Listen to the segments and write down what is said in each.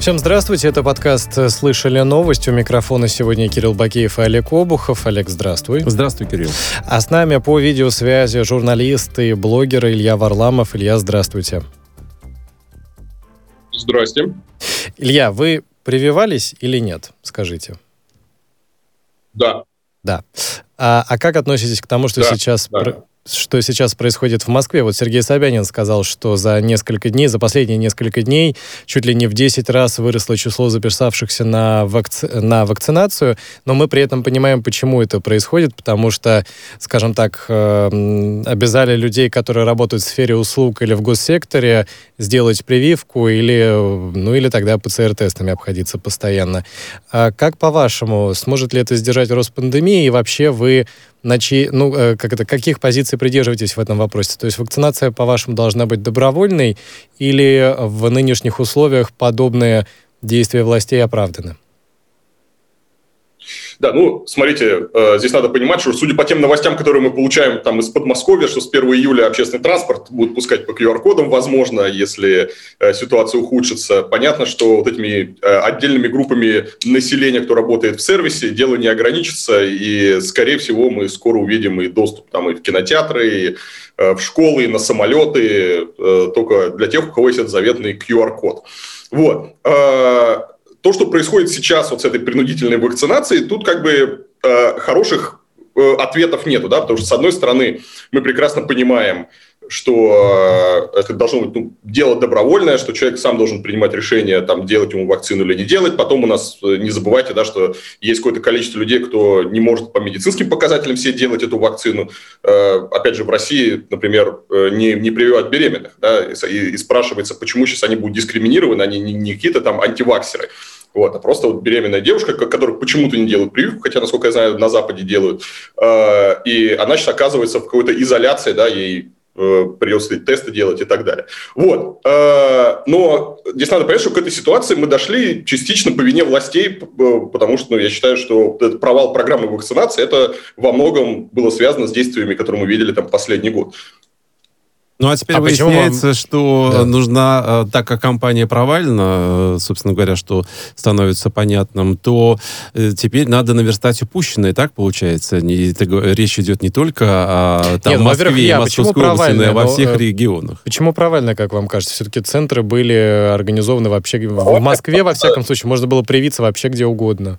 Всем здравствуйте, это подкаст «Слышали новость». У микрофона сегодня Кирилл Бакеев и Олег Обухов. Олег, здравствуй. Здравствуй, Кирилл. А с нами по видеосвязи журналист и блогер Илья Варламов. Илья, здравствуйте. Здрасте. Илья, вы прививались или нет? Скажите. Да. Да. А как относитесь к тому, что сейчас происходит в Москве? Вот Сергей Собянин сказал, что за последние несколько дней чуть ли не в 10 раз выросло число записавшихся на вакцинацию, но мы при этом понимаем, почему это происходит, потому что, скажем так, обязали людей, которые работают в сфере услуг или в госсекторе, сделать прививку или тогда ПЦР-тестами обходиться постоянно. А как по-вашему, сможет ли это сдержать рост пандемии, и вообще вы каких позиций придерживаетесь в этом вопросе? То есть вакцинация, по-вашему, должна быть добровольной или в нынешних условиях подобные действия властей оправданы? Да, смотрите, здесь надо понимать, что судя по тем новостям, которые мы получаем там из Подмосковья, что с 1 июля общественный транспорт будут пускать по QR-кодам, возможно, если ситуация ухудшится. Понятно, что вот этими отдельными группами населения, кто работает в сервисе, дело не ограничится, и, скорее всего, мы скоро увидим и доступ там и в кинотеатры, и в школы, и на самолеты, только для тех, у кого есть этот заветный QR-код. Вот. То, что происходит сейчас вот с этой принудительной вакцинацией, тут хороших ответов нету, да, потому что, с одной стороны, мы прекрасно понимаем, что это должно быть дело добровольное, что человек сам должен принимать решение, делать ему вакцину или не делать. Потом у нас, не забывайте, да, что есть какое-то количество людей, кто не может по медицинским показателям себе делать эту вакцину. Опять же, в России, например, не прививают беременных, да, и спрашивается, почему сейчас они будут дискриминированы, они не какие-то там антиваксеры. Вот, а просто беременная девушка, которая почему-то не делает прививку, хотя, насколько я знаю, на Западе делают, и она сейчас оказывается в какой-то изоляции, да, ей придется тесты делать и так далее. Вот. Но здесь надо понять, что к этой ситуации мы дошли частично по вине властей, потому что я считаю, что этот провал программы вакцинации, это во многом было связано с действиями, которые мы видели последний год. Ну, а теперь выясняется, что нужна, так как кампания провалена, собственно говоря, что становится понятным, то теперь надо наверстать упущенное, так получается? Речь идет не только о Москве и Московской области, но и во всех регионах. Почему провально, как вам кажется? Все-таки центры были организованы вообще в Москве, во всяком случае. Можно было привиться вообще где угодно.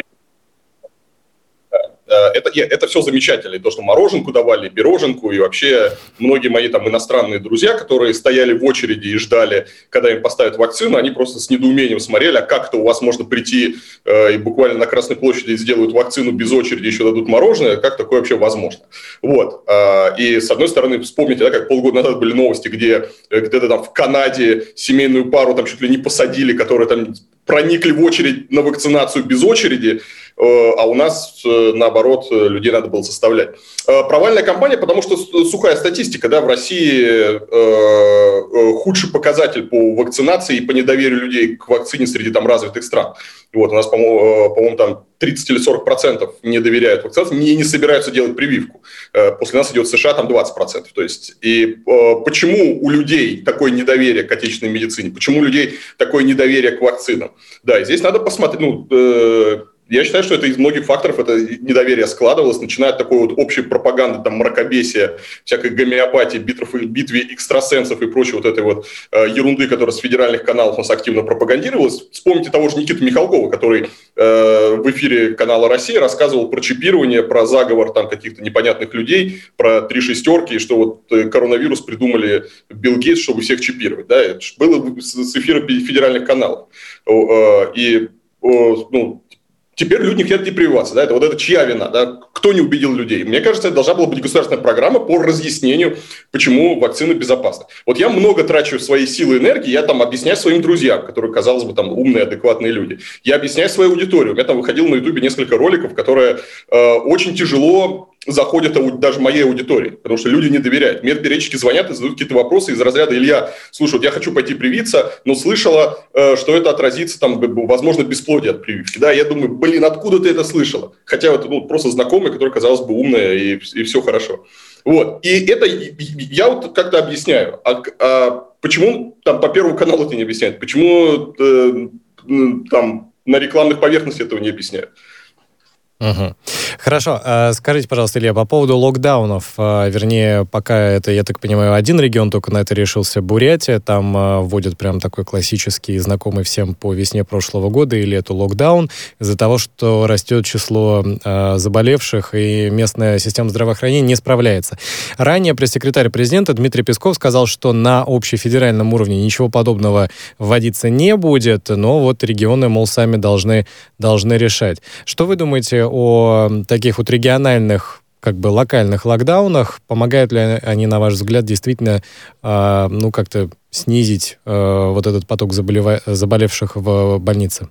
Это все замечательно. И то, что мороженку давали, пироженку, и вообще многие мои иностранные друзья, которые стояли в очереди и ждали, когда им поставят вакцину, они просто с недоумением смотрели, а как-то у вас можно прийти и буквально на Красной площади сделают вакцину без очереди, еще дадут мороженое, как такое вообще возможно? Вот. И с одной стороны, вспомните, да, как полгода назад были новости, где где-то там в Канаде семейную пару там чуть ли не посадили, которые там проникли в очередь на вакцинацию без очереди, а у нас, наоборот, людей надо было заставлять. Провальная кампания, потому что сухая статистика, да, в России худший показатель по вакцинации и по недоверию людей к вакцине среди развитых стран. Вот, у нас, по-моему, там 30 или 40% не доверяют вакцинации, не собираются делать прививку. После нас идет США, там 20%. То есть, и почему у людей такое недоверие к отечественной медицине? Почему у людей такое недоверие к вакцинам? Да, и здесь надо посмотреть, я считаю, что это из многих факторов, это недоверие складывалось, начиная от такой вот общей пропаганды, мракобесия, всякой гомеопатии, битве экстрасенсов и прочей вот этой вот ерунды, которая с федеральных каналов у нас активно пропагандировалась. Вспомните того же Никиту Михалкова, который в эфире канала «Россия» рассказывал про чипирование, про заговор каких-то непонятных людей, про 3 шестерки, и что вот коронавирус придумали Билл Гейтс, чтобы всех чипировать. Да? Это было с эфира федеральных каналов. И теперь люди не хотят не прививаться. Да? Это чья вина? Да? Кто не убедил людей? Мне кажется, это должна была быть государственная программа по разъяснению, почему вакцина безопасна. Вот я много трачу своей силы и энергии, я объясняю своим друзьям, которые, казалось бы, умные, адекватные люди. Я объясняю свою аудиторию. У меня выходило на Ютубе несколько роликов, которые очень тяжело заходят даже моей аудитории, потому что люди не доверяют. Медперечки звонят и задают какие-то вопросы из разряда: Илья, слушай, вот я хочу пойти привиться, но слышала, что это отразится, возможно, бесплодие от прививки. Да, я думаю, откуда ты это слышала? Хотя это просто знакомый, который, казалось бы, умная, и все хорошо. Вот. И это я вот как-то объясняю. А почему по Первому каналу это не объясняют? Почему там на рекламных поверхностях этого не объясняют. Угу. Хорошо. Скажите, пожалуйста, Илья, по поводу локдаунов, вернее, пока это, я так понимаю, один регион только на это решился, Бурятия, там вводят прям такой классический, знакомый всем по весне прошлого года, или это локдаун, из-за того, что растет число заболевших, и местная система здравоохранения не справляется. Ранее пресс-секретарь президента Дмитрий Песков сказал, что на общефедеральном уровне ничего подобного вводиться не будет, но вот регионы, мол, сами должны решать. Что вы думаете о таких вот региональных, как бы локальных локдаунах? Помогают ли они, на ваш взгляд, действительно как-то снизить вот этот поток заболевших в больнице?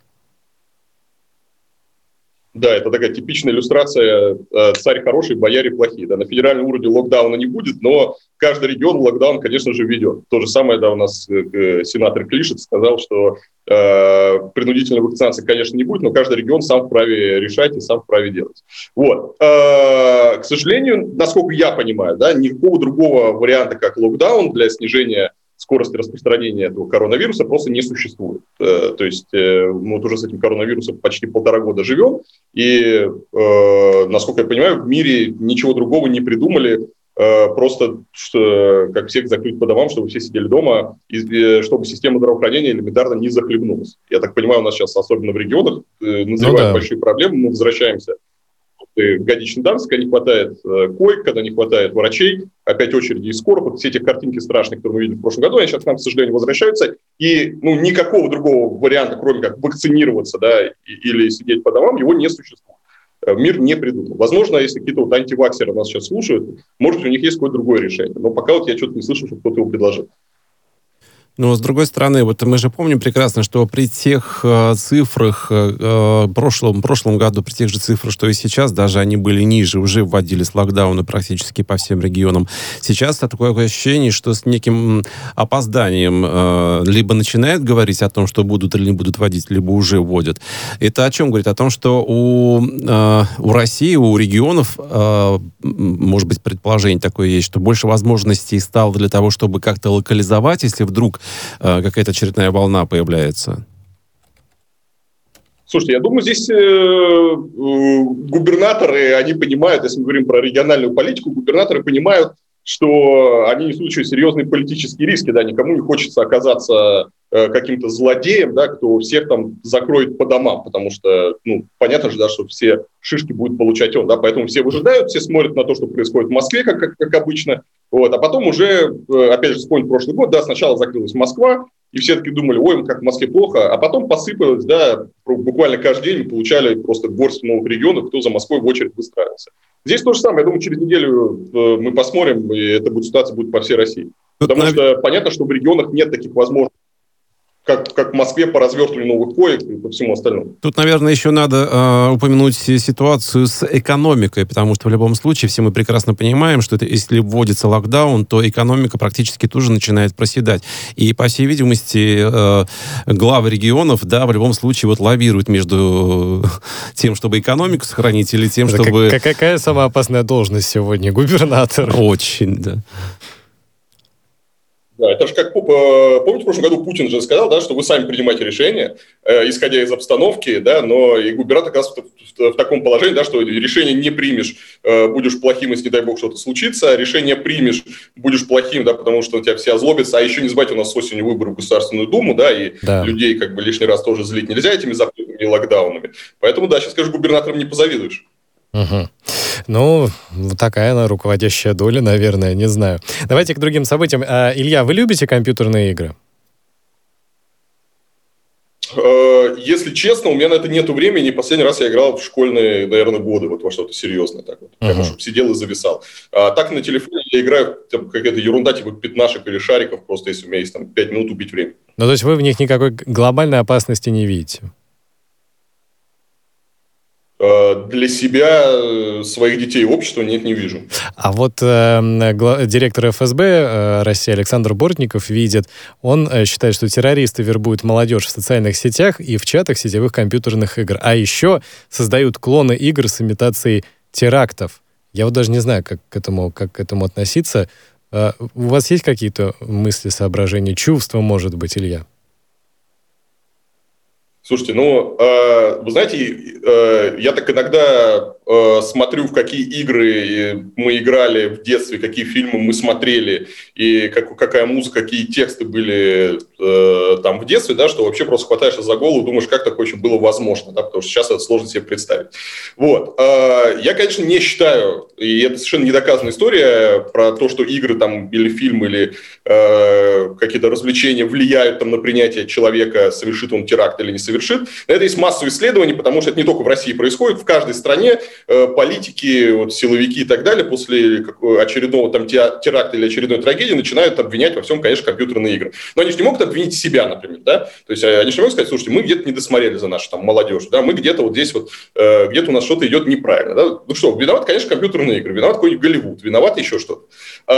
Да, это такая типичная иллюстрация «царь хороший, бояре плохие». Да, на федеральном уровне локдауна не будет, но каждый регион локдаун, конечно же, ведет. То же самое, да, у нас сенатор Клишец сказал, что принудительной вакцинации, конечно, не будет, но каждый регион сам вправе решать и сам вправе делать. Вот. К сожалению, насколько я понимаю, да, никакого другого варианта, как локдаун для снижения скорости распространения этого коронавируса просто не существует. То есть мы вот уже с этим коронавирусом почти 1,5 года живем, и, насколько я понимаю, в мире ничего другого не придумали, просто как всех закрыть по домам, чтобы все сидели дома, и чтобы система здравоохранения элементарно не захлебнулась. Я так понимаю, у нас сейчас, особенно в регионах, назревают большие проблемы, мы возвращаемся годичной давности, когда не хватает коек, когда не хватает врачей, опять очереди из скорых. Вот все эти картинки страшные, которые мы видели в прошлом году, они сейчас к нам, к сожалению, возвращаются. И никакого другого варианта, кроме как вакцинироваться, да, или сидеть по домам, его не существует. Мир не придумал. Возможно, если какие-то вот антиваксеры нас сейчас слушают, может, у них есть какое-то другое решение. Но пока вот я что-то не слышу, что кто-то его предложил. Но, с другой стороны, вот мы же помним прекрасно, что при тех цифрах в прошлом году, при тех же цифрах, что и сейчас, даже они были ниже, уже вводились локдауны практически по всем регионам. Сейчас такое ощущение, что с неким опозданием либо начинают говорить о том, что будут или не будут вводить, либо уже вводят. Это о чем говорит? О том, что у России, у регионов, может быть, предположение такое есть, что больше возможностей стало для того, чтобы как-то локализовать, если вдруг какая-то очередная волна появляется? Слушайте, я думаю, здесь губернаторы, они понимают, если мы говорим про региональную политику, губернаторы понимают, что они несут очень серьезные политические риски, да, никому не хочется оказаться каким-то злодеем, да, кто всех там закроет по домам, потому что, понятно же, да, что все шишки будет получать он, да, поэтому все выжидают, все смотрят на то, что происходит в Москве, как обычно, вот, а потом уже, опять же, вспомнить прошлый год, да, сначала закрылась Москва, и все таки думали, ой, как в Москве плохо, а потом посыпалось, да, буквально каждый день мы получали просто горсть новых регионов, кто за Москвой в очередь выстраивался. Здесь то же самое, я думаю, через неделю мы посмотрим, и эта ситуация будет по всей России. Потому что понятно, что в регионах нет таких возможностей, как в Москве по развертыванию новых коек и по всему остальному. Тут, наверное, еще надо упомянуть ситуацию с экономикой, потому что в любом случае все мы прекрасно понимаем, что если вводится локдаун, то экономика практически тоже начинает проседать. И, по всей видимости, главы регионов, да, в любом случае вот лавируют между тем, чтобы экономику сохранить, или тем, чтобы... Какая самая опасная должность сегодня? Губернатор. Очень, да. Да, это же как, помните, в прошлом году Путин же сказал, да, что вы сами принимаете решения, исходя из обстановки, да, но и губернатор оказывается в таком положении, да, что решение не примешь, будешь плохим, если, не дай бог, что-то случится, а решение примешь, будешь плохим, да, потому что у тебя все озлобятся, а еще не забывайте, у нас осенью выборы в Государственную Думу, да, и людей как бы лишний раз тоже злить нельзя этими запретами и локдаунами. Поэтому, да, сейчас, конечно, губернаторам не позавидуешь. Угу. Такая она руководящая доля, наверное, не знаю. Давайте к другим событиям. Илья, вы любите компьютерные игры? Если честно, у меня на это нету времени. Последний раз я играл в школьные, наверное, годы во что-то серьезное. Так вот, чтобы сидел и зависал. Так на телефоне я играю какая-то ерунда, типа пятнашек или шариков, просто если у меня есть там 5 минут убить время. То есть вы в них никакой глобальной опасности не видите? Для себя, своих детей и общества нет, не вижу. А вот директор ФСБ России Александр Бортников видит, он считает, что террористы вербуют молодежь в социальных сетях и в чатах сетевых компьютерных игр, а еще создают клоны игр с имитацией терактов. Я вот даже не знаю, как к этому относиться. У вас есть какие-то мысли, соображения, чувства, может быть, Илья? Слушайте, вы знаете, я так иногда смотрю, в какие игры мы играли в детстве, какие фильмы мы смотрели, и какая музыка, какие тексты были там в детстве, да, что вообще просто хватаешься за голову и думаешь, как такое еще было возможно, да, потому что сейчас это сложно себе представить. Вот. Я, конечно, не считаю, и это совершенно недоказанная история про то, что игры там, или фильмы, или какие-то развлечения влияют там, на принятие человека, совершит он теракт или не совершит. На это есть массу исследований, потому что это не только в России происходит, в каждой стране политики, вот, силовики и так далее после очередного там, теракта или очередной трагедии начинают обвинять во всем, конечно, компьютерные игры. Но они же не могут обвинить себя, например, да? То есть они же не могут сказать, слушайте, мы где-то не досмотрели за нашу там, молодежь, да? Мы где-то вот здесь вот, где-то у нас что-то идет неправильно. Да? Ну что, виноват, конечно, компьютерные игры, виноват какой-нибудь Голливуд, виноват еще что-то.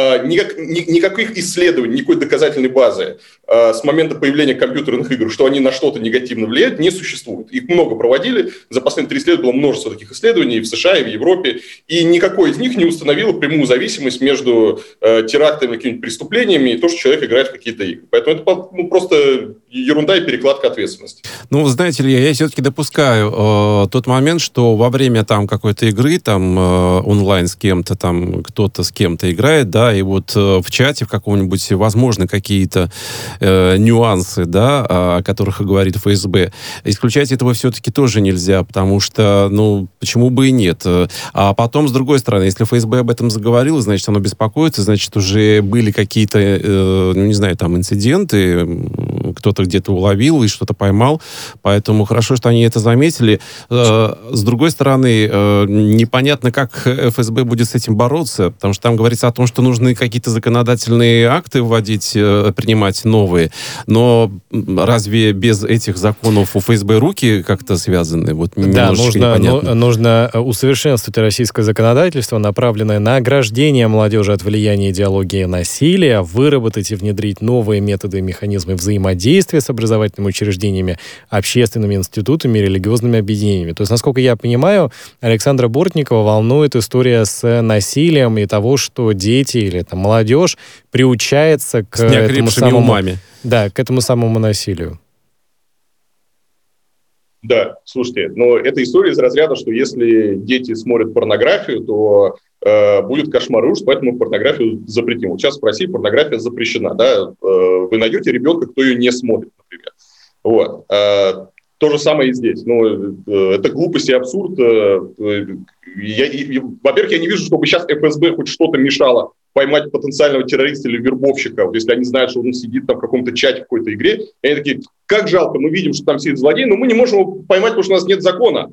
Никаких исследований, никакой доказательной базы с момента появления компьютерных игр, что они на что-то негативно влияют, не существует. Их много проводили. За последние 30 лет было множество таких исследований и в США, и в Европе. И никакой из них не установило прямую зависимость между терактами, какими-нибудь преступлениями и то, что человек играет в какие-то игры. Поэтому это просто ерунда и перекладка ответственности. Ну, знаете ли, я все-таки допускаю тот момент, что во время там какой-то игры, там онлайн с кем-то, там кто-то с кем-то играет, да, и вот в чате в каком-нибудь, возможно, какие-то нюансы, да, о которых говорит ФСБ. Исключать этого все-таки тоже нельзя, потому что, почему бы и нет. А потом, с другой стороны, если ФСБ об этом заговорило, значит, оно беспокоится, значит, уже были какие-то, не знаю, там, инциденты, кто-то где-то уловил и что-то поймал, поэтому хорошо, что они это заметили. С другой стороны, непонятно, как ФСБ будет с этим бороться, потому что там говорится о том, что нужны какие-то законодательные акты вводить, принимать новые, но разве без этих законов у ФСБ руки как-то связаны? Вот да, нужно усовершенствовать российское законодательство, направленное на ограждение молодежи от влияния идеологии насилия, выработать и внедрить новые методы и механизмы взаимодействия с образовательными учреждениями, общественными институтами, религиозными объединениями. То есть, насколько я понимаю, Александра Бортникова волнует история с насилием и того, что дети или там, молодежь приучается к этому самому, умами. Да, к этому самому насилию. Да, слушайте, но это история из разряда, что если дети смотрят порнографию, то будет кошмар и ужас, поэтому порнографию запретим. Вот сейчас в России порнография запрещена. Да? Вы найдете ребенка, кто ее не смотрит, например. Вот. То же самое и здесь. Это глупость и абсурд. Во-первых, я не вижу, чтобы сейчас ФСБ хоть что-то мешало поймать потенциального террориста или вербовщика, вот если они знают, что он сидит там в каком-то чате в какой-то игре, и они такие, как жалко, мы видим, что там сидит злодей, но мы не можем его поймать, потому что у нас нет закона.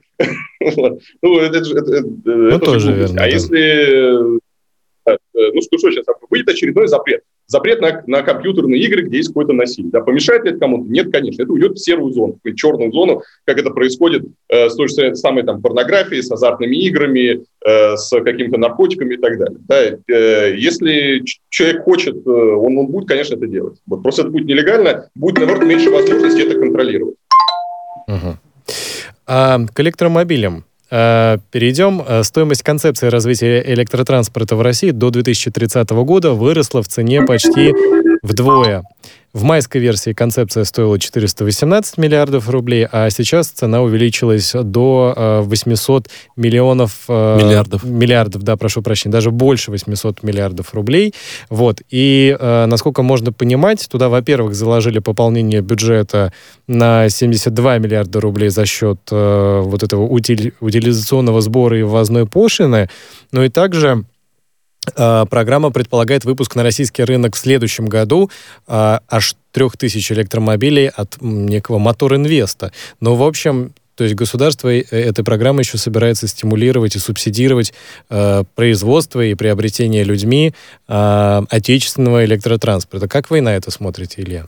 Это тоже верно. А если... что сейчас? Выйдет очередной запрет. Запрет на компьютерные игры, где есть какое-то насилие. Да, помешает ли это кому-то? Нет, конечно. Это уйдет в серую зону, в черную зону, как это происходит с той же самой там, порнографией, с азартными играми, с какими-то наркотиками и так далее. Да, если человек хочет, он будет, конечно, это делать. Вот, просто это будет нелегально, будет, наоборот, меньше возможности это контролировать. Угу. К электромобилям. Перейдем. Стоимость концепции развития электротранспорта в России до 2030 года выросла в цене почти вдвое. В майской версии концепция стоила 418 миллиардов рублей, а сейчас цена увеличилась до 800 миллиардов, да, прошу прощения, даже больше 800 миллиардов рублей. Вот. И, насколько можно понимать, туда, во-первых, заложили пополнение бюджета на 72 миллиарда рублей за счет вот этого утилизационного сбора и ввозной пошлины, но и также программа предполагает выпуск на российский рынок в следующем году аж 3000 электромобилей от некого Мотор-Инвеста. Но, в общем, то есть государство этой программы еще собирается стимулировать и субсидировать производство и приобретение людьми отечественного электротранспорта. Как вы на это смотрите, Илья?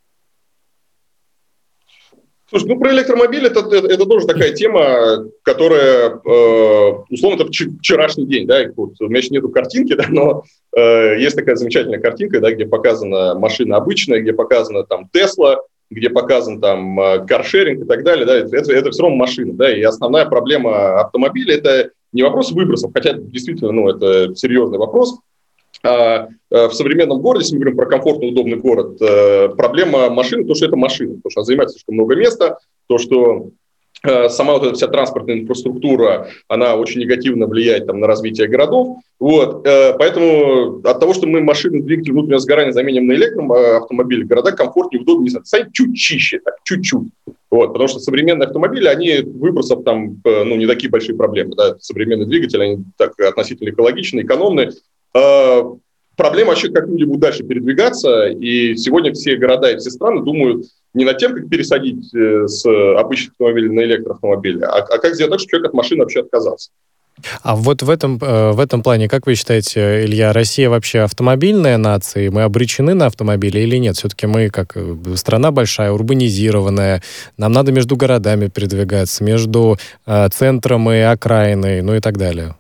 Слушай, про электромобиль это тоже такая тема, которая, условно, это вчерашний день, да, вот, у меня еще нету картинки, да, но есть такая замечательная картинка, да, где показана машина обычная, где показана там Тесла, где показан там каршеринг и так далее, да, это все равно машина, да, и основная проблема автомобиля это не вопрос выбросов, хотя действительно, это серьезный вопрос. В современном городе, если мы говорим про комфортный, удобный город, проблема машины, то, что это машина, потому что она занимает слишком много места, то, что сама вот эта вся транспортная инфраструктура, она очень негативно влияет там, на развитие городов. Вот. Поэтому от того, что мы машины с двигателем внутреннего сгорания заменим на электроавтомобили, города комфортнее, удобнее, станет чуть чище, так, чуть-чуть. Вот. Потому что современные автомобили, они выбросов там, не такие большие проблемы. Да? Современные двигатели, они так относительно экологичны, экономны. Проблема вообще, как люди будут дальше передвигаться, и сегодня все города и все страны думают не над тем, как пересадить с обычных автомобилей на электроавтомобили, а как сделать так, чтобы человек от машины вообще отказался. А вот в этом плане, как вы считаете, Илья, Россия вообще автомобильная нация, мы обречены на автомобили или нет? Все-таки мы, как страна большая, урбанизированная, нам надо между городами передвигаться, между центром и окраиной, ну и так далее.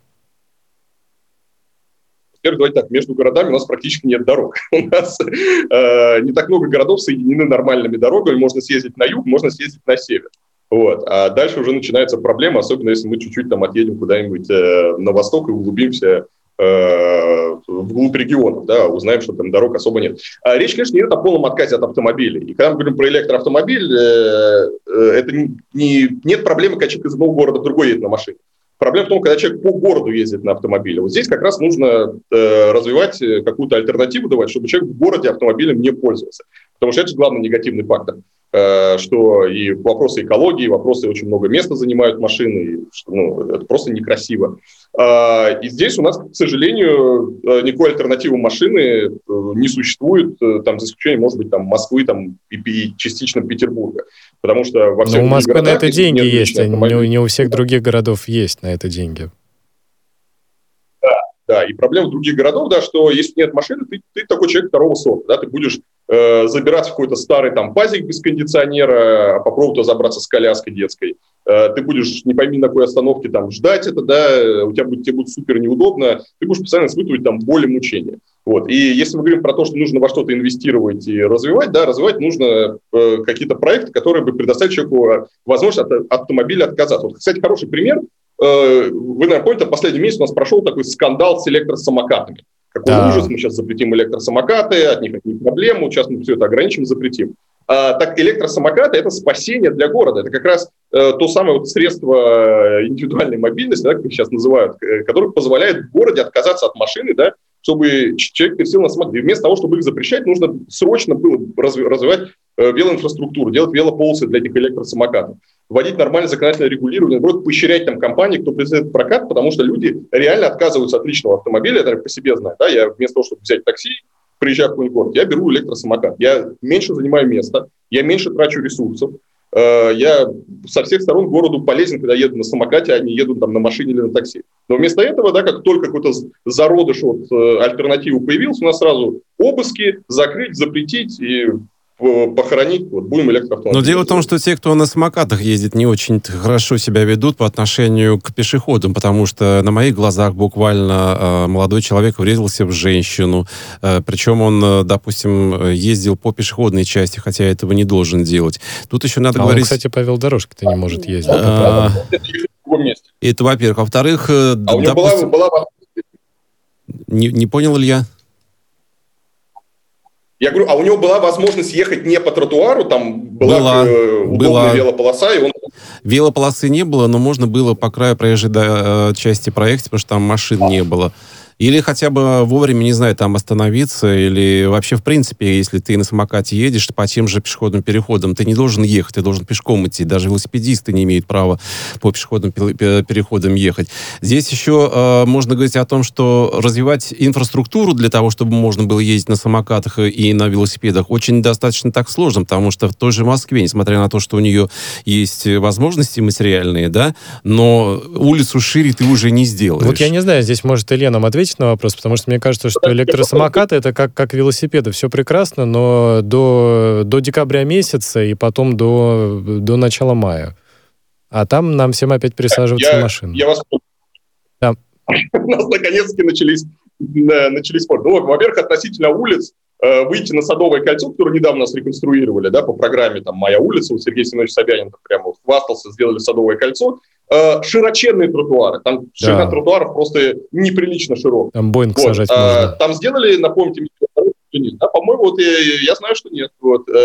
Теперь давайте так, между городами у нас практически нет дорог. У нас не так много городов соединены нормальными дорогами. Можно съездить на юг, можно съездить на север. Вот. А дальше уже начинается проблема, особенно если мы чуть-чуть там отъедем куда-нибудь на восток и углубимся вглубь регионов, да, узнаем, что там дорог особо нет. Речь, конечно, не идет о полном отказе от автомобилей. И когда мы говорим про электроавтомобиль, это нет проблемы, когда человек из одного города в другой едет на машине. Проблема в том, когда человек по городу ездит на автомобиле. Вот здесь как раз нужно развивать какую-то альтернативу, давать, чтобы человек в городе автомобилем не пользовался. Потому что это же главный негативный фактор. Что и вопросы экологии, вопросы очень много места занимают машины, и, это просто некрасиво. И здесь у нас, к сожалению, никакой альтернативы машины не существует, там, за исключением, может быть, там, Москвы там, и частично Петербурга. Потому что во всех у Москвы городах, на это деньги есть, а не у всех других городов есть на это деньги. Да, и проблема других городов, да, что если нет машины, ты такой человек второго сорта, да, ты будешь забираться в какой-то старый там пазик без кондиционера, попробовать забраться с коляской детской. Ты будешь не пойми на какой остановке там ждать это, да, тебе будет супер неудобно, ты будешь постоянно испытывать там боль и мучения. Вот. И если мы говорим про то, что нужно во что-то инвестировать и развивать, да, развивать нужно какие-то проекты, которые бы предоставили человеку возможность от автомобиля отказаться. Вот, кстати, хороший пример. Вы, наверное, помните, в последний месяц у нас прошел такой скандал с электросамокатами. Какой ужас, мы сейчас запретим электросамокаты, от них не проблема, сейчас мы все это ограничим, запретим. Так электросамокаты – это спасение для города. Это как раз то самое вот средство индивидуальной мобильности, да, как их сейчас называют, которое позволяет в городе отказаться от машины, да, чтобы человек пересел на самокат. И вместо того, чтобы их запрещать, нужно срочно было развивать велоинфраструктуру, делать велополосы для этих электросамокатов, вводить нормальное законодательное регулирование, наоборот, поощрять там компании, кто производит прокат, потому что люди реально отказываются от личного автомобиля, я по себе знаю, да, я вместо того, чтобы взять такси, приезжаю в какой-нибудь город, я беру электросамокат, я меньше занимаю места, я меньше трачу ресурсов, я со всех сторон городу полезен, когда еду на самокате, а не еду там на машине или на такси. Но вместо этого, да, как только какой-то зародыш альтернативы появился, у нас сразу обыски, закрыть, запретить и похоронить, вот, будем электроавтомобили. Но дело в том, что те, кто на самокатах ездит, не очень хорошо себя ведут по отношению к пешеходам, потому что на моих глазах буквально молодой человек врезался в женщину, причем он, допустим, ездил по пешеходной части, хотя этого не должен делать. Тут еще надо говорить... он, кстати, по велодорожке-то не может ездить. Это, во-первых. Во-вторых, у него была... Не понял, Илья? Я говорю, а у него была возможность ехать не по тротуару, там была удобная велополоса, и он... Велополосы не было, но можно было по краю проезжей части проехать, потому что там машин не было. Или хотя бы вовремя, не знаю, там остановиться, или вообще, в принципе, если ты на самокате едешь по тем же пешеходным переходам, ты не должен ехать, ты должен пешком идти. Даже велосипедисты не имеют права по пешеходным переходам ехать. Здесь еще можно говорить о том, что развивать инфраструктуру для того, чтобы можно было ездить на самокатах и на велосипедах, очень достаточно так сложно, потому что в той же Москве, несмотря на то, что у нее есть возможности материальные, да, но улицу шире ты уже не сделаешь. Вот я не знаю, здесь может Илья нам ответить на вопрос, потому что мне кажется, что электросамокаты это как велосипеды, все прекрасно, но до декабря месяца и потом до начала мая. А там нам всем опять пересаживаться на машину. Я вас понял. Да. У нас наконец-таки начались споры. Ну, во-первых, относительно улиц, выйти на Садовое кольцо, которое недавно нас реконструировали, да, по программе там «Моя улица», вот Сергей Семенович Собянин прямо вот хвастался, сделали Садовое кольцо, широченные тротуары, там ширина тротуаров просто неприлично широкая. Там Боинг сажать можно. Там сделали, напомните, да, по-моему, вот я знаю, что нет. Вот.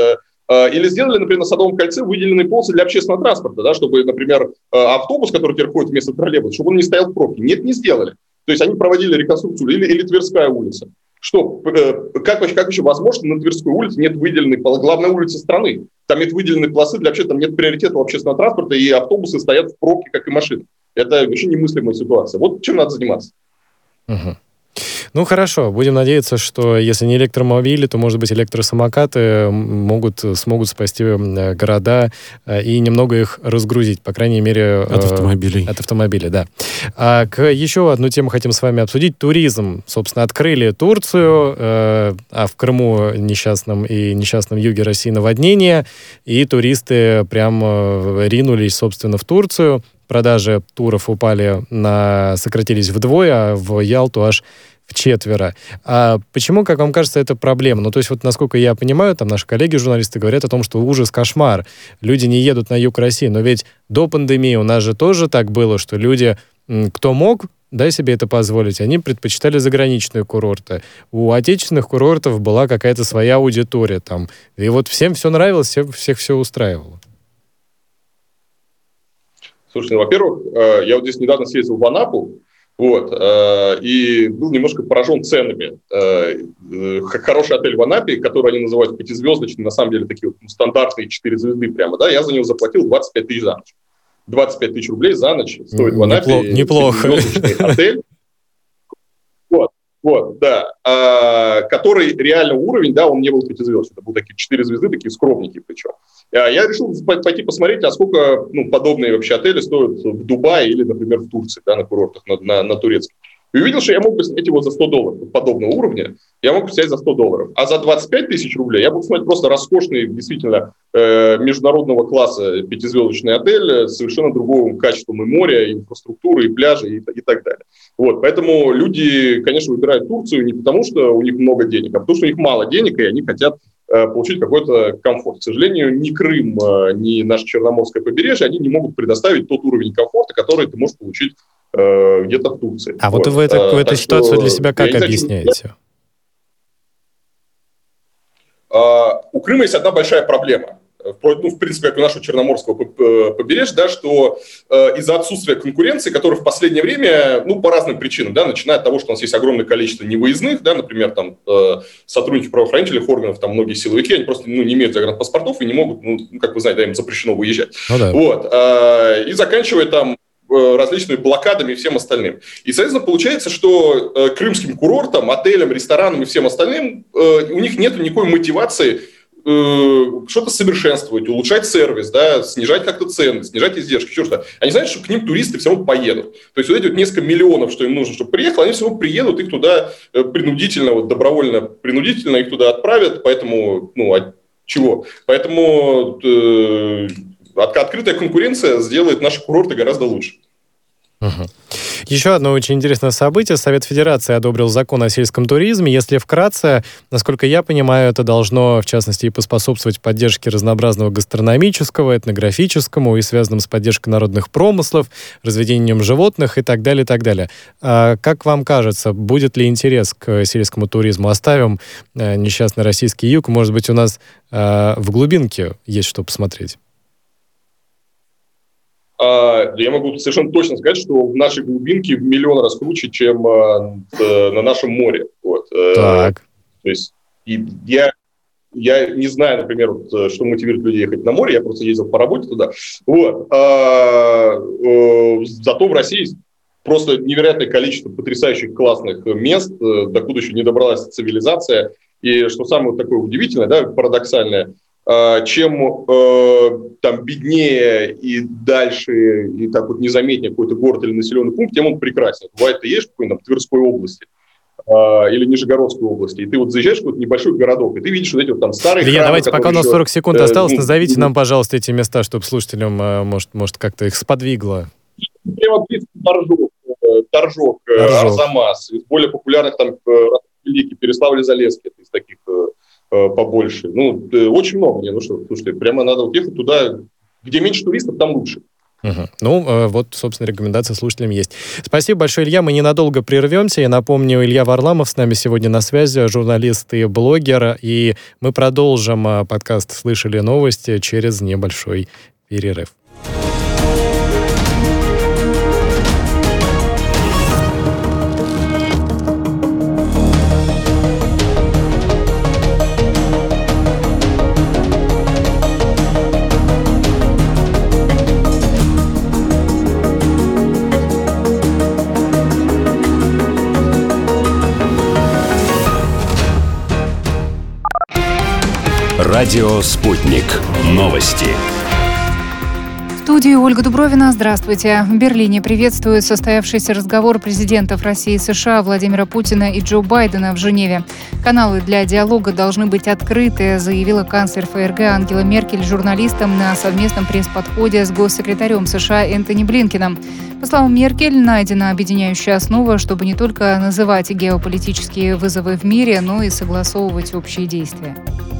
Или сделали, например, на Садовом кольце выделенные полосы для общественного транспорта, да, чтобы, например, автобус, который теперь ходит вместо троллейбуса, чтобы он не стоял в пробке. Нет, не сделали. То есть они проводили реконструкцию. Или Тверская улица. Что, как вообще возможно, на Тверской улице нет выделенной полосы? Главная улица страны. Там нет выделенной полосы для общественного, там нет приоритета у общественного транспорта, и автобусы стоят в пробке, как и машины. Это вообще немыслимая ситуация. Вот чем надо заниматься. Угу. Ну, хорошо. Будем надеяться, что если не электромобили, то, может быть, электросамокаты смогут спасти города и немного их разгрузить, по крайней мере... От автомобилей. От автомобилей, да. Еще одну тему хотим с вами обсудить. Туризм. Собственно, открыли Турцию, а в Крыму несчастном юге России наводнение, и туристы прям ринулись, собственно, в Турцию. Продажи туров сократились вдвое, а в Ялту аж вчетверо. А почему, как вам кажется, это проблема? Ну, то есть, вот, насколько я понимаю, там наши коллеги-журналисты говорят о том, что ужас, кошмар. Люди не едут на юг России. Но ведь до пандемии у нас же тоже так было, что люди, кто мог, себе это позволить, они предпочитали заграничные курорты. У отечественных курортов была какая-то своя аудитория там. И вот всем все нравилось, всех все устраивало. Слушайте, во-первых, я вот здесь недавно съездил в Анапу, и был немножко поражен ценами. Хороший отель в Анапе, который они называют пятизвездочный, на самом деле такие вот стандартные 4 звезды прямо, да, я за него заплатил 25 тысяч за ночь. 25 тысяч рублей за ночь стоит в Анапе неплохо. Пятизвездочный отель. Который реально уровень, да, он не был 5 звезд, это были такие 4 звезды, такие скромненькие причем. Я решил пойти посмотреть, а сколько подобные вообще отели стоят в Дубае или, например, в Турции, да, на курортах, на турецких. И увидел, что я мог бы снять его за $100 подобного уровня, я мог бы снять за $100. А за 25 тысяч рублей я мог снять просто роскошный, действительно, международного класса пятизвездочный отель с совершенно другим качеством и моря, и инфраструктуры, и пляжи, и так далее. Поэтому люди, конечно, выбирают Турцию не потому, что у них много денег, а потому, что у них мало денег, и они хотят получить какой-то комфорт. К сожалению, ни Крым, ни наше Черноморское побережье, они не могут предоставить тот уровень комфорта, который ты можешь получить где-то в Турции. А вот вы эту ситуацию для себя как объясняете? У Крыма есть одна большая проблема. В принципе, как у нашего Черноморского побережья, да, что из-за отсутствия конкуренции, которая в последнее время, по разным причинам, да, начиная от того, что у нас есть огромное количество невыездных, да, например, там, сотрудники правоохранительных органов, там, многие силовики, они просто не имеют загранпаспортов и не могут, как вы знаете, да, им запрещено выезжать. И заканчивая там различными блокадами и всем остальным. И, соответственно, получается, что крымским курортам, отелям, ресторанам и всем остальным у них нет никакой мотивации что-то совершенствовать, улучшать сервис, да, снижать как-то цены, снижать издержки, что-то. Они знают, что к ним туристы все равно поедут. То есть вот эти вот несколько миллионов, что им нужно, чтобы приехало, они все равно приедут, их туда принудительно, добровольно-принудительно их туда отправят, поэтому, от чего? Поэтому открытая конкуренция сделает наши курорты гораздо лучше. Угу. Еще одно очень интересное событие. Совет Федерации одобрил закон о сельском туризме. Если вкратце, насколько я понимаю, это должно, в частности, и поспособствовать поддержке разнообразного гастрономического, этнографическому и связанным с поддержкой народных промыслов, разведением животных и так далее, и так далее. Как вам кажется, будет ли интерес к сельскому туризму? Оставим несчастный российский юг. Может быть, у нас в глубинке есть что посмотреть? Я могу совершенно точно сказать, что в нашей глубинке в миллион раз круче, чем на нашем море. Так. То есть я не знаю, например, что мотивирует людей ехать на море, я просто ездил по работе туда. Зато в России есть просто невероятное количество потрясающих классных мест, докуда еще не добралась цивилизация. И что самое такое удивительное, да, парадоксальное, чем там беднее и дальше, и так вот незаметнее какой-то город или населенный пункт, тем он прекрасен. Бывает, ты едешь в какой-нибудь Тверской области или Нижегородской области, и ты вот заезжаешь в какой-то небольшой городок, и ты видишь вот эти вот там старые храмы. Давайте, пока у нас 40 секунд осталось, назовите нам, пожалуйста, эти места, чтобы слушателям, может как-то их сподвигло. Прямо близко Торжок, Арзамас, из более популярных там Великий, Переславль-Залесский, из таких побольше. Очень много. Слушайте, прямо надо вот ехать туда, где меньше туристов, там лучше. Вот, собственно, рекомендация слушателям есть. Спасибо большое, Илья. Мы ненадолго прервемся. Я напомню, Илья Варламов с нами сегодня на связи, журналист и блогер. И мы продолжим подкаст «Слышали новости» через небольшой перерыв. Радио «Спутник». Новости. В студии Ольга Дубровина. Здравствуйте. В Берлине приветствуют состоявшийся разговор президентов России и США Владимира Путина и Джо Байдена в Женеве. Каналы для диалога должны быть открыты, заявила канцлер ФРГ Ангела Меркель журналистам на совместном пресс-подходе с госсекретарем США Энтони Блинкеном. По словам Меркель, найдена объединяющая основа, чтобы не только называть геополитические вызовы в мире, но и согласовывать общие действия.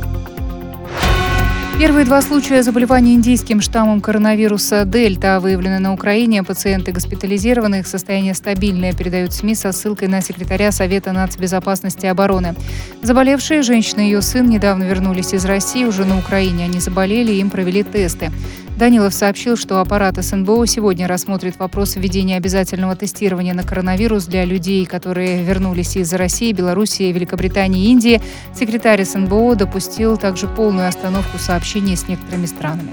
Первые 2 случая заболевания индийским штаммом коронавируса Дельта выявлены на Украине. Пациенты госпитализированы, их состояние стабильное, передают СМИ со ссылкой на секретаря Совета нацбезопасности и обороны. Заболевшие, женщина и ее сын, недавно вернулись из России, уже на Украине. Они заболели, им провели тесты. Данилов сообщил, что аппарат СНБО сегодня рассмотрит вопрос введения обязательного тестирования на коронавирус для людей, которые вернулись из России, Белоруссии, Великобритании и Индии. Секретарь СНБО допустил также полную остановку сообщений с некоторыми странами.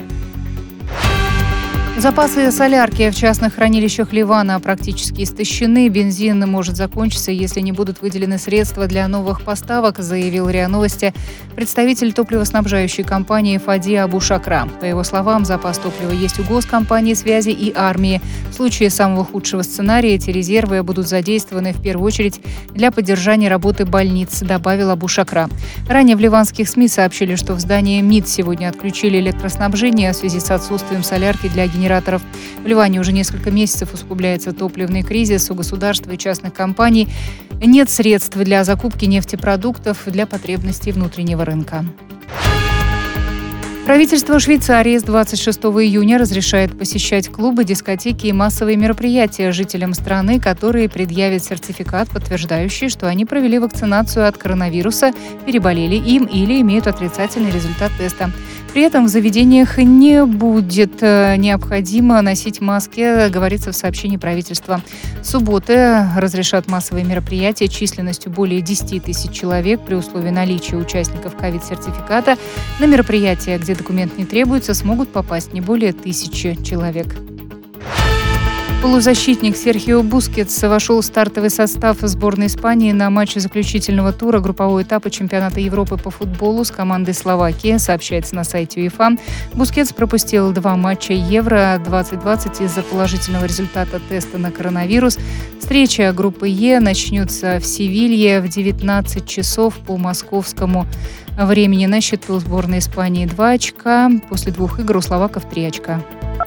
Запасы солярки в частных хранилищах Ливана практически истощены. Бензин может закончиться, если не будут выделены средства для новых поставок, заявил РИА Новости представитель топливоснабжающей компании Фади Абу Шакра. По его словам, запас топлива есть у госкомпании, связи и армии. В случае самого худшего сценария эти резервы будут задействованы в первую очередь для поддержания работы больниц, добавил Абу Шакра. Ранее в ливанских СМИ сообщили, что в здании МИД сегодня отключили электроснабжение в связи с отсутствием солярки для генераторов. В Ливане уже несколько месяцев усугубляется топливный кризис. У государства и частных компаний нет средств для закупки нефтепродуктов для потребностей внутреннего рынка. Правительство Швейцарии с 26 июня разрешает посещать клубы, дискотеки и массовые мероприятия жителям страны, которые предъявят сертификат, подтверждающий, что они провели вакцинацию от коронавируса, переболели им или имеют отрицательный результат теста. При этом в заведениях не будет необходимо носить маски, говорится в сообщении правительства. В субботу разрешат массовые мероприятия численностью более 10 тысяч человек при условии наличия участников ковид-сертификата. На мероприятия, где документ не требуется, смогут попасть не более 1000 человек. Полузащитник Серхио Бускетс вошел в стартовый состав сборной Испании на матче заключительного тура группового этапа чемпионата Европы по футболу с командой Словакии, сообщается на сайте УЕФА. Бускетс пропустил 2 матча Евро-2020 из-за положительного результата теста на коронавирус. Встреча группы Е начнется в Севилье в 19 часов по московскому времени. На счету сборной Испании 2 очка. После 2 игр у словаков 3 очка.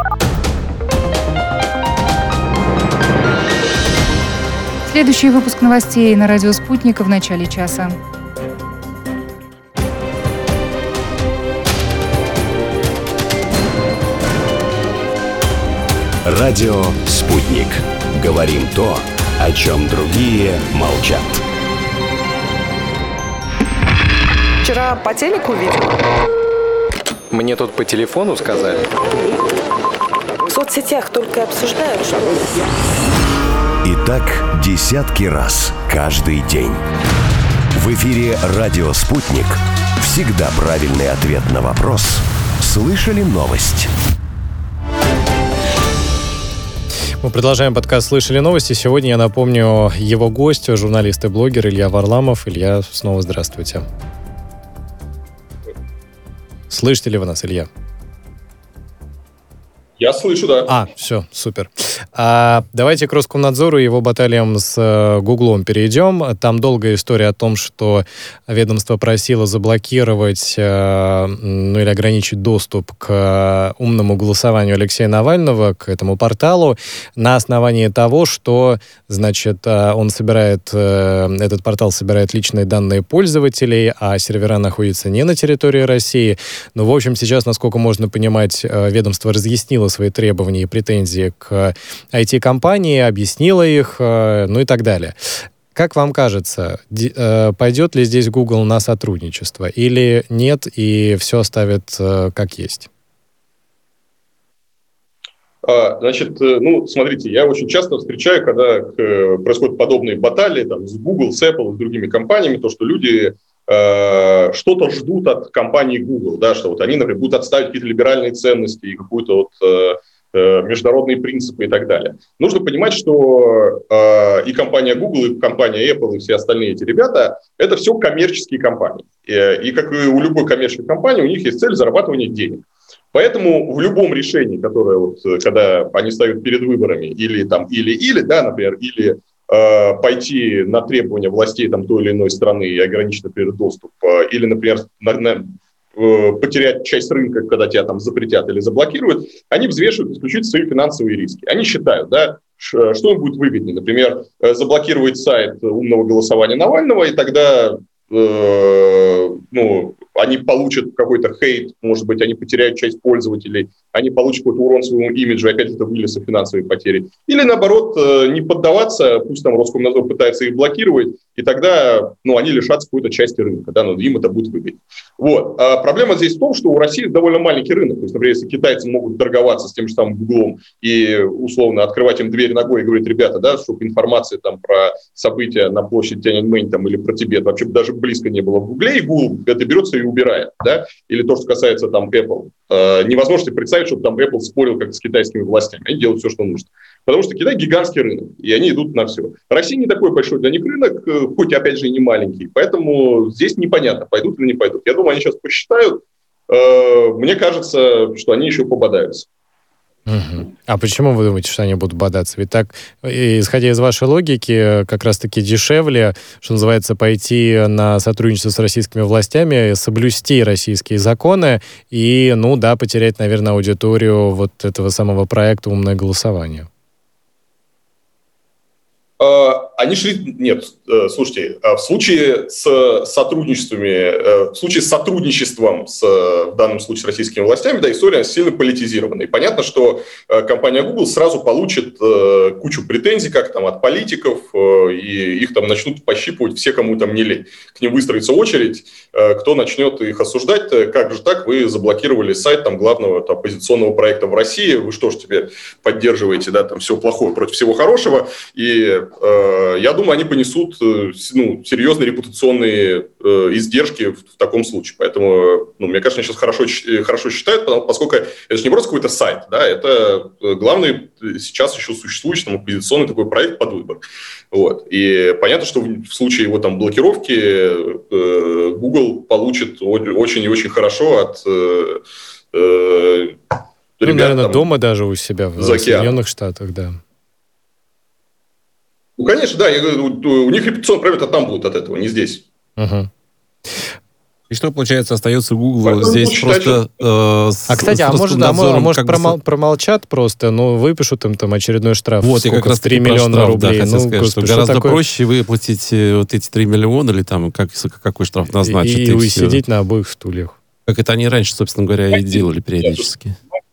Следующий выпуск новостей на радио «Спутник» в начале часа. Радио «Спутник». Говорим то, о чем другие молчат. Вчера по телеку видел. Мне тут по телефону сказали. В соцсетях только обсуждают, что... И так десятки раз каждый день. В эфире «Радио Спутник». Всегда правильный ответ на вопрос. Слышали новость? Мы продолжаем подкаст «Слышали новости». Сегодня я напомню его гость, журналист и блогер Илья Варламов. Илья, снова здравствуйте. Слышите ли вы нас, Илья? Я слышу, да. Все, супер. Давайте к Роскомнадзору и его баталиям с Гуглом перейдем. Там долгая история о том, что ведомство просило заблокировать или ограничить доступ к умному голосованию Алексея Навального, к этому порталу, на основании того, что, значит, этот портал собирает личные данные пользователей, а сервера находятся не на территории России. Но, в общем, сейчас, насколько можно понимать, ведомство разъяснило свои требования и претензии к IT-компании, объяснила их, ну и так далее. Как вам кажется, пойдет ли здесь Google на сотрудничество или нет, и все оставит как есть? Значит, смотрите, я очень часто встречаю, когда происходят подобные баталии там, с Google, с Apple, с другими компаниями, то, что люди что-то ждут от компании Google, да, что вот они, например, будут отставить какие-то либеральные ценности и какую-то международные принципы и так далее. Нужно понимать, что и компания Google, и компания Apple, и все остальные эти ребята, это все коммерческие компании. И как и у любой коммерческой компании, у них есть цель зарабатывания денег. Поэтому в любом решении, которое, когда они стоят перед выборами, или, да, например, или пойти на требования властей там, той или иной страны и ограничить, например, доступ, или, например, потерять часть рынка, когда тебя там запретят или заблокируют, они взвешивают исключительно свои финансовые риски. Они считают, да, что им будет выгоднее. Например, заблокировать сайт умного голосования Навального, и тогда они получат какой-то хейт, может быть, они потеряют часть пользователей, они получат какой-то урон своему имиджу, и опять это выльется в финансовые потери. Или, наоборот, не поддаваться, пусть там Роскомнадзор пытается их блокировать, и тогда они лишатся какой-то части рынка, да, но им это будет выгоднее. Вот. А проблема здесь в том, что у России довольно маленький рынок. То есть, например, если китайцы могут торговаться с тем же самым Гуглом и, условно, открывать им дверь ногой и говорить, ребята, да, чтобы информация там, про события на площади Тяньаньмэнь там, или про Тибет вообще даже близко не было в Гугле, и Google это берется и убирает. Да? Или то, что касается там Apple. Невозможно себе представить, чтобы там Apple спорил как-то с китайскими властями. Они делают все, что нужно. Потому что Китай гигантский рынок, и они идут на все. Россия не такой большой для них рынок, хоть, опять же, и не маленький. Поэтому здесь непонятно, пойдут или не пойдут. Я думаю, они сейчас посчитают. Мне кажется, что они еще пободаются. Угу. А почему вы думаете, что они будут бодаться? Ведь так, исходя из вашей логики, как раз-таки дешевле, что называется, пойти на сотрудничество с российскими властями, соблюсти российские законы и, потерять, наверное, аудиторию вот этого самого проекта «Умное голосование». Они шли... Нет, слушайте, в случае с сотрудничеством в данном случае с российскими властями, да, история сильно политизирована. И понятно, что компания Google сразу получит кучу претензий, как там от политиков, и их там начнут пощипывать все, кому там не лень. К ним выстроится очередь, кто начнет их осуждать, как же так, вы заблокировали сайт там главного там, оппозиционного проекта в России, вы что ж теперь поддерживаете, да, там все плохое против всего хорошего, и я думаю, они понесут серьезные репутационные издержки в таком случае. Поэтому, мне кажется, они сейчас хорошо считают, поскольку это же не просто какой-то сайт, да, это главный сейчас еще существующий там, оппозиционный такой проект под выбор. Вот. И понятно, что в случае его там блокировки Google получит очень и очень хорошо от ребят, наверное, там, дома даже у себя в Соединенных Штатах, да. Конечно, да. Я говорю, у них репутационный проект там будет от этого, не здесь. Угу. И что, получается, остается Google здесь просто... кстати, может промолчат просто, выпишут им там очередной штраф. Вот, я как раз 3 миллиона рублей. Да, хотел сказать, что гораздо проще выплатить вот эти 3 миллиона или там какой штраф назначат. И усидеть на обоих стульях. Как это они раньше, собственно говоря, и делали периодически.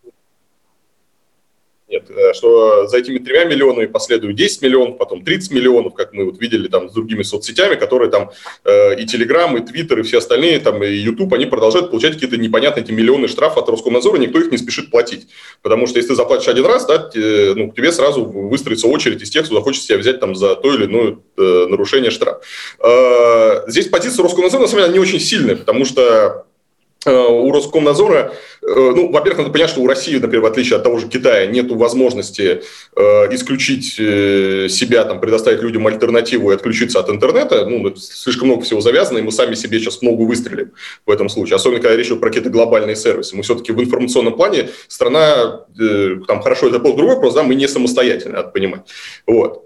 Нет, что за этими 3 миллионами последуют 10 миллионов, потом 30 миллионов, как мы вот видели там с другими соцсетями, которые там и Telegram, и Twitter, и все остальные, там, и YouTube, они продолжают получать какие-то непонятные эти миллионы штрафов от Роскомнадзора, никто их не спешит платить. Потому что если ты заплатишь один раз, да, к тебе сразу выстроится очередь из тех, кто захочет себя взять там, за то или иное нарушение штраф. Здесь позиция Роскомнадзора, на самом деле, не очень сильная, потому что у Роскомнадзора, во-первых, надо понять, что у России, например, в отличие от того же Китая, нет возможности исключить себя, там, предоставить людям альтернативу и отключиться от интернета. Слишком много всего завязано, и мы сами себе сейчас много выстрелим в этом случае. Особенно, когда речь идет про какие-то глобальные сервисы. Мы все-таки в информационном плане страна, там, хорошо, это был другой вопрос, да, мы не самостоятельны, надо понимать. Вот.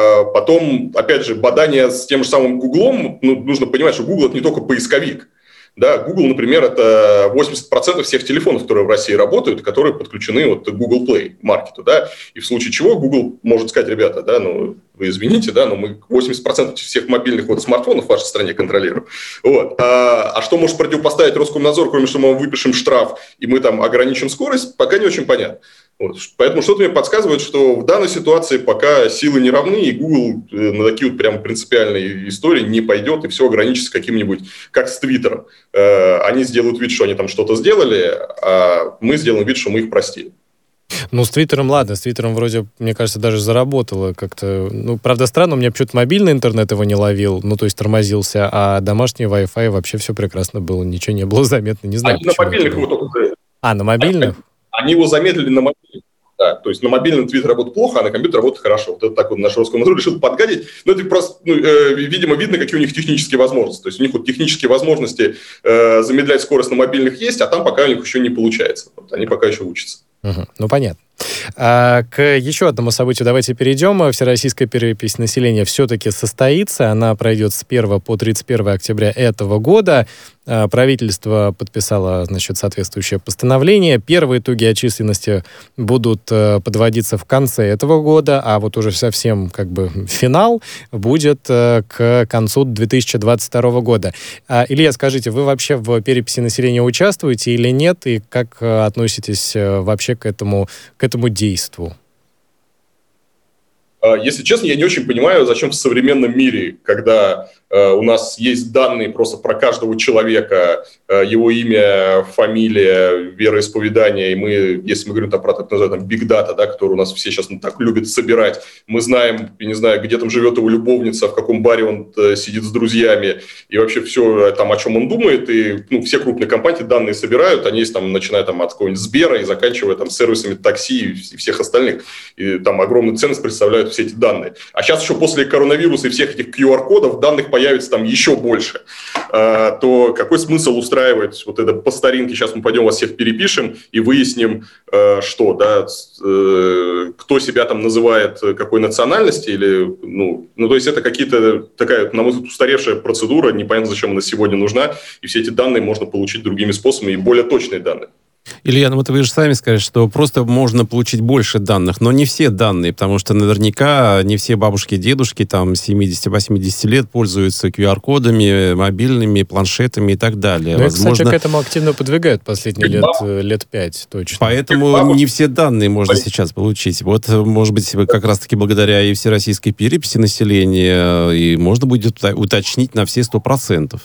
Потом, опять же, бадание с тем же самым Гуглом, нужно понимать, что Google – это не только поисковик. Да, Google, например, это 80% всех телефонов, которые в России работают, которые подключены вот к Google Play маркету, да, и в случае чего Google может сказать, ребята, да, ну, вы извините, да, но мы 80% всех мобильных вот смартфонов в вашей стране контролируем. Вот. А что может противопоставить Роскомнадзор, кроме что мы выпишем штраф и мы там ограничим скорость, пока не очень понятно. Вот. Поэтому что-то мне подсказывает, что в данной ситуации пока силы не равны, и Google на такие вот прям принципиальные истории не пойдет, и все ограничится каким-нибудь, как с Твиттером. Они сделают вид, что они там что-то сделали, а мы сделаем вид, что мы их простили. Ну, с Твиттером, ладно, с Твиттером вроде, мне кажется, даже заработало как-то. Ну, правда, странно, у меня почему-то мобильный интернет его не ловил, ну, то есть тормозился, а домашний Wi-Fi вообще все прекрасно было, ничего не было заметно, не знаю. Они на мобильных его только... На мобильных? Они его замедлили на мобильных. Да, то есть на мобильном Твиттер работает плохо, а на компьютере работает хорошо. Вот это так вот наш Роскомнадзор решил подгадить. Но это просто, видимо, видно, какие у них технические возможности. То есть у них вот технические возможности замедлять скорость на мобильных есть, а там пока у них еще не получается. Вот, они пока еще учатся. Ну, понятно. К еще одному событию давайте перейдем. Всероссийская перепись населения все-таки состоится. Она пройдет с 1 по 31 октября этого года. Правительство подписало, значит, соответствующее постановление. Первые итоги о численности будут подводиться в конце этого года, а вот уже совсем как бы финал будет к концу 2022 года. Илья, скажите, вы вообще в переписи населения участвуете или нет? И как относитесь вообще к этому действу? Если честно, я не очень понимаю, зачем в современном мире, когда у нас есть данные просто про каждого человека, его имя, фамилия, вероисповедание, и мы, если мы говорим там, про так называемый big data, да, который у нас все сейчас так любят собирать, мы знаем, я не знаю, где там живет его любовница, в каком баре он сидит с друзьями, и вообще все, там, о чем он думает, и все крупные компании данные собирают, они есть там, начиная там, от какого-нибудь Сбера и заканчивая там, сервисами такси и всех остальных, и там огромную ценность представляют все эти данные. А сейчас еще после коронавируса и всех этих QR-кодов данных появится там еще больше. То какой смысл устраивать вот это по старинке? Сейчас мы пойдем вас всех перепишем и выясним, что, да, кто себя там называет какой национальности или, то есть это какие-то такая, на мой взгляд, устаревшая процедура, непонятно, зачем она сегодня нужна, и все эти данные можно получить другими способами и более точные данные. Илья, вот вы же сами сказали, что просто можно получить больше данных, но не все данные, потому что наверняка не все бабушки и дедушки там 70-80 лет пользуются QR-кодами, мобильными, планшетами и так далее. Ну, возможно, кстати, к этому активно подвигают последние лет 5, точно. Поэтому не все данные можно сейчас получить. Вот, может быть, как раз-таки благодаря и всероссийской переписи населения и можно будет уточнить на все 100%.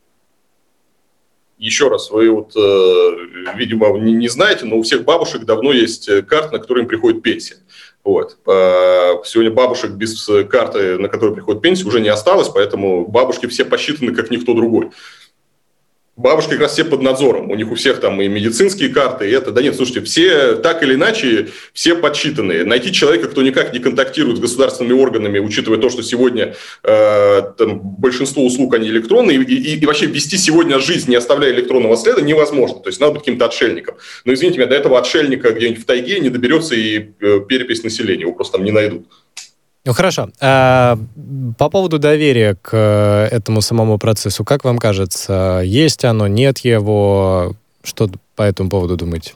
Еще раз, вы вот, видимо, не знаете, но у всех бабушек давно есть карта, на которой им приходит пенсия. Вот. Сегодня бабушек без карты, на которой приходит пенсия, уже не осталось, поэтому бабушки все посчитаны как никто другой. Бабушки как раз все под надзором. У них у всех там и медицинские карты, и это. Да нет, слушайте, все так или иначе, все подсчитанные. Найти человека, кто никак не контактирует с государственными органами, учитывая то, что сегодня там, большинство услуг, они электронные, и вообще вести сегодня жизнь, не оставляя электронного следа, невозможно. То есть надо быть каким-то отшельником. Но, извините меня, до этого отшельника где-нибудь в тайге не доберется и перепись населения. Его просто там не найдут. Ну, хорошо. По поводу доверия к этому самому процессу, как вам кажется, есть оно, нет его? Что по этому поводу думаете?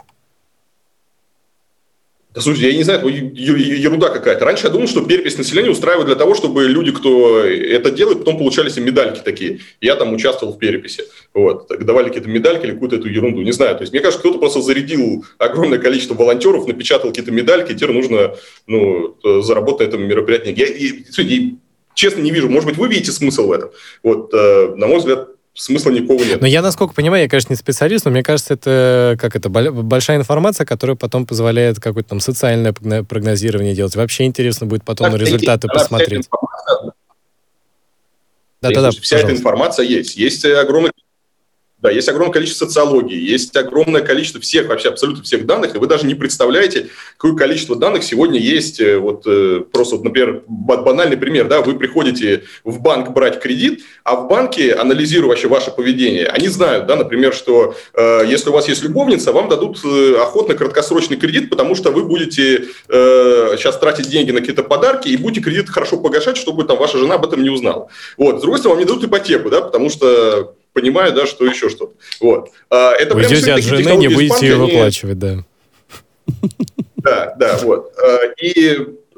Да, слушайте, я не знаю, ерунда какая-то. Раньше я думал, что перепись населения устраивают для того, чтобы люди, кто это делает, потом получали себе медальки такие. Я там участвовал в переписи. Вот. Давали какие-то медальки или какую-то эту ерунду. Не знаю. То есть, мне кажется, кто-то просто зарядил огромное количество волонтеров, напечатал какие-то медальки, и теперь нужно заработать на этом мероприятии. Я честно не вижу. Может быть, вы видите смысл в этом. Вот, на мой взгляд, смысла никакого нет. Но я, насколько понимаю, я, конечно, не специалист, но мне кажется, это большая информация, которая потом позволяет какое-то там социальное прогнозирование делать. Вообще интересно будет потом на результаты посмотреть. Вся эта информация есть. Есть огромное количество социологии, есть огромное количество всех, вообще абсолютно всех данных, и вы даже не представляете, какое количество данных сегодня есть. Вот просто, вот, например, банальный пример, да, вы приходите в банк брать кредит, а в банке, анализируя вообще ваше поведение, они знают, да, например, что если у вас есть любовница, вам дадут охотно краткосрочный кредит, потому что вы будете сейчас тратить деньги на какие-то подарки и будете кредит хорошо погашать, чтобы там ваша жена об этом не узнала. Вот. С другой стороны, вам не дадут ипотеку, да, потому что понимая, да, что еще что-то. Вот. Это уйдете от жены, не будете ее выплачивать, да. Да, вот. И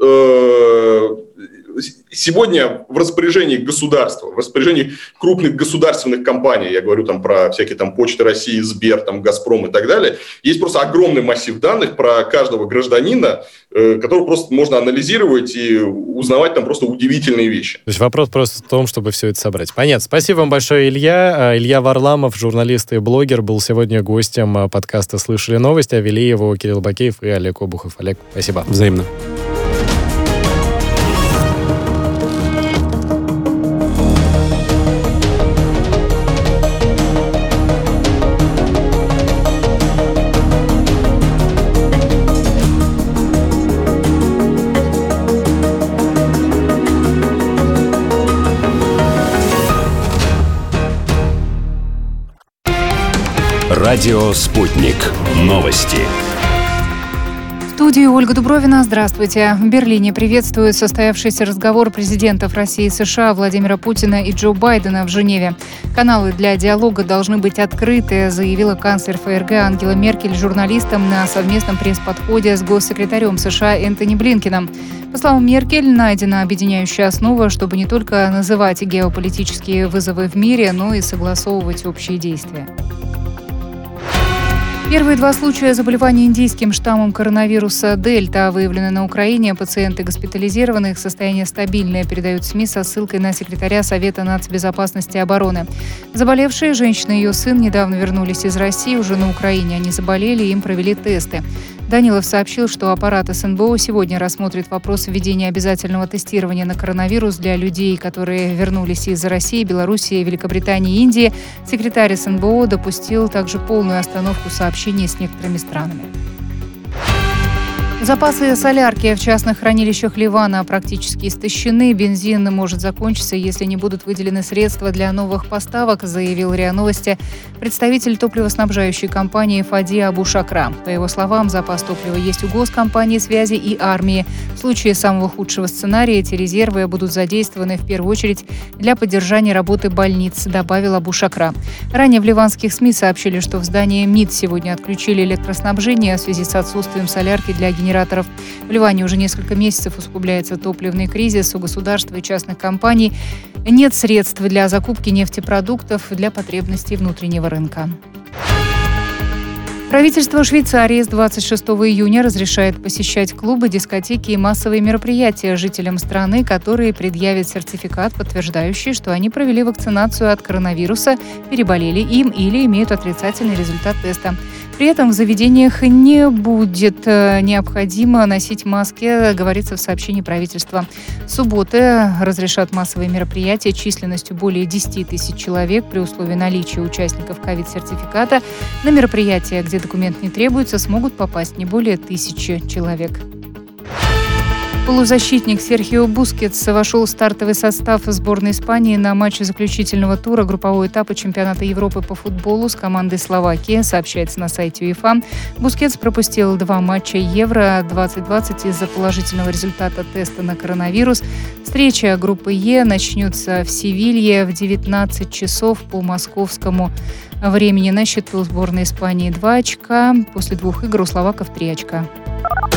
сегодня в распоряжении государства, в распоряжении крупных государственных компаний, я говорю там про всякие там Почта России, Сбер, там Газпром и так далее, есть просто огромный массив данных про каждого гражданина, который просто можно анализировать и узнавать там просто удивительные вещи. То есть вопрос просто в том, чтобы все это собрать. Понятно. Спасибо вам большое, Илья. Илья Варламов, журналист и блогер, был сегодня гостем подкаста «Слышали новости», а вели его Кирилл Бакеев и Олег Обухов. Олег, спасибо. Взаимно. Радио «Спутник». Новости. В студии Ольга Дубровина. Здравствуйте. В Берлине приветствуют состоявшийся разговор президентов России и США Владимира Путина и Джо Байдена в Женеве. Каналы для диалога должны быть открыты, заявила канцлер ФРГ Ангела Меркель журналистам на совместном пресс-подходе с госсекретарем США Энтони Блинкеном. По словам Меркель, найдена объединяющая основа, чтобы не только называть геополитические вызовы в мире, но и согласовывать общие действия. Первые 2 случая заболевания индийским штаммом коронавируса Дельта выявлены на Украине. Пациенты госпитализированы, их состояние стабильное, передают СМИ со ссылкой на секретаря Совета нацбезопасности и обороны. Заболевшие, женщина и ее сын, недавно вернулись из России, уже на Украине. Они заболели, им провели тесты. Данилов сообщил, что аппарат СНБО сегодня рассмотрит вопрос введения обязательного тестирования на коронавирус для людей, которые вернулись из России, Белоруссии, Великобритании и Индии. Секретарь СНБО допустил также полную остановку сообщений с некоторыми странами. Запасы солярки в частных хранилищах Ливана практически истощены. Бензин может закончиться, если не будут выделены средства для новых поставок, заявил РИА Новости представитель топливоснабжающей компании Фади Абу Шакра. По его словам, запас топлива есть у госкомпании, связи и армии. В случае самого худшего сценария эти резервы будут задействованы в первую очередь для поддержания работы больниц, добавил Абу Шакра. Ранее в ливанских СМИ сообщили, что в здании МИД сегодня отключили электроснабжение в связи с отсутствием солярки для генераторов. В Ливане уже несколько месяцев усугубляется топливный кризис. У государства и частных компаний нет средств для закупки нефтепродуктов для потребностей внутреннего рынка. Правительство Швейцарии с 26 июня разрешает посещать клубы, дискотеки и массовые мероприятия жителям страны, которые предъявят сертификат, подтверждающий, что они провели вакцинацию от коронавируса, переболели им или имеют отрицательный результат теста. При этом в заведениях не будет необходимо носить маски, говорится в сообщении правительства. С субботы разрешат массовые мероприятия численностью более 10 тысяч человек при условии наличия участников ковид-сертификата. На мероприятия, где документ не требуется, смогут попасть не более 1000 человек. Полузащитник Серхио Бускетс вошел в стартовый состав сборной Испании на матче заключительного тура группового этапа чемпионата Европы по футболу с командой Словакии, сообщается на сайте УЕФА. Бускетс пропустил 2 матча Евро-2020 из-за положительного результата теста на коронавирус. Встреча группы Е начнется в Севилье в 19 часов по московскому времени. На счету сборной Испании 2 очка. После 2 игр у словаков 3 очка.